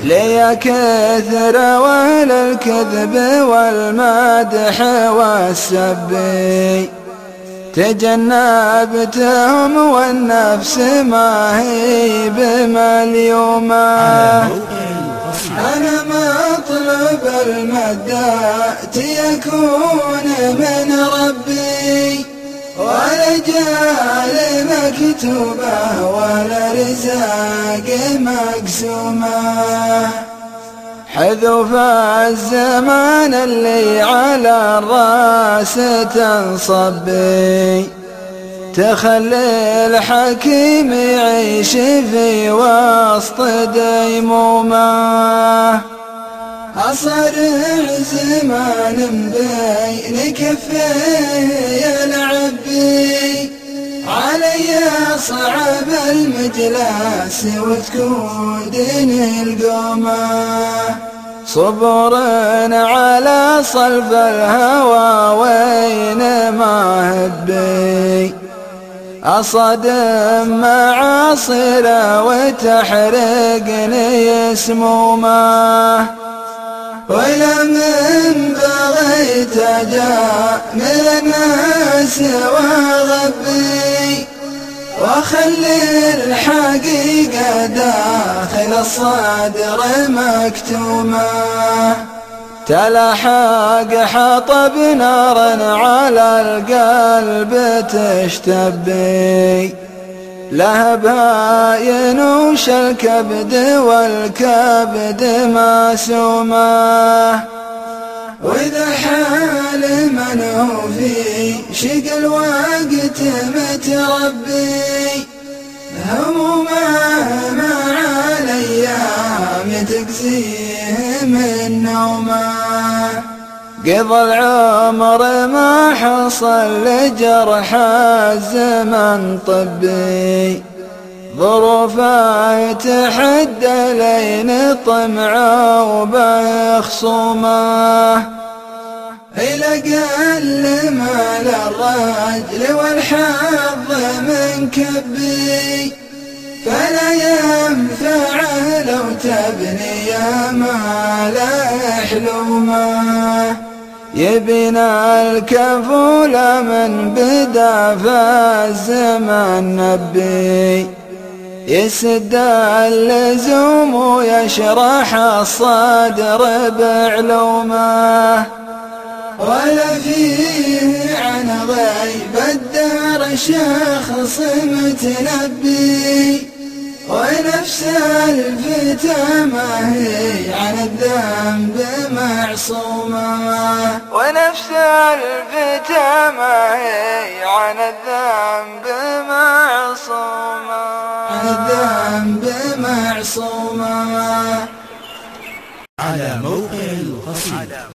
لي كثر وللكذب والمدح والسب تجنبتهم والنفس ما هي بمليومة. أنا مطلب المدات يكون من ربي ولا جال مكتوبة ولا رزاق مقسومة. حذف الزمان اللي على الراس تنصبي تخلي الحكيم يعيش في وسط ديمومه. أصرع زمان بين كفي يلعب بي علي صعب المجلس وتكودني القومة. صبر على صلب الهوى وين ما هبي أصدم معاصره وتحرقني سمومه. ولمن بغيت أجامل الناس وأغبي وأخلي الحقيقة داخل الصدر مكتومة. تلحق حطب نار على القلب تشتبي لهبها ينوش الكبد والكبد مسومه. وإذا حال من هو في شق الوقت متربي همومه مع الأيام تقزيه من نومه. قضى العمر ما حصل لجرح الزمن طبي ظروفه تحدى لين طمعه وبخصومه. إلى قل مال الرجل والحظ من كبي فلا ينفعه لو تبني مال حلومه. يبنى الكفول من بدا فالزمن نبي يسد اللزوم ويشرح الصدر بعلومه. ولا فيه عن غيب الدهر شخص متنبي ونفس الفتى ما هي عن الذنب معصومة. ونفس الفتى ما هي عن الذنب معصومة. عن الذنب معصومة. على موقع القصيدة.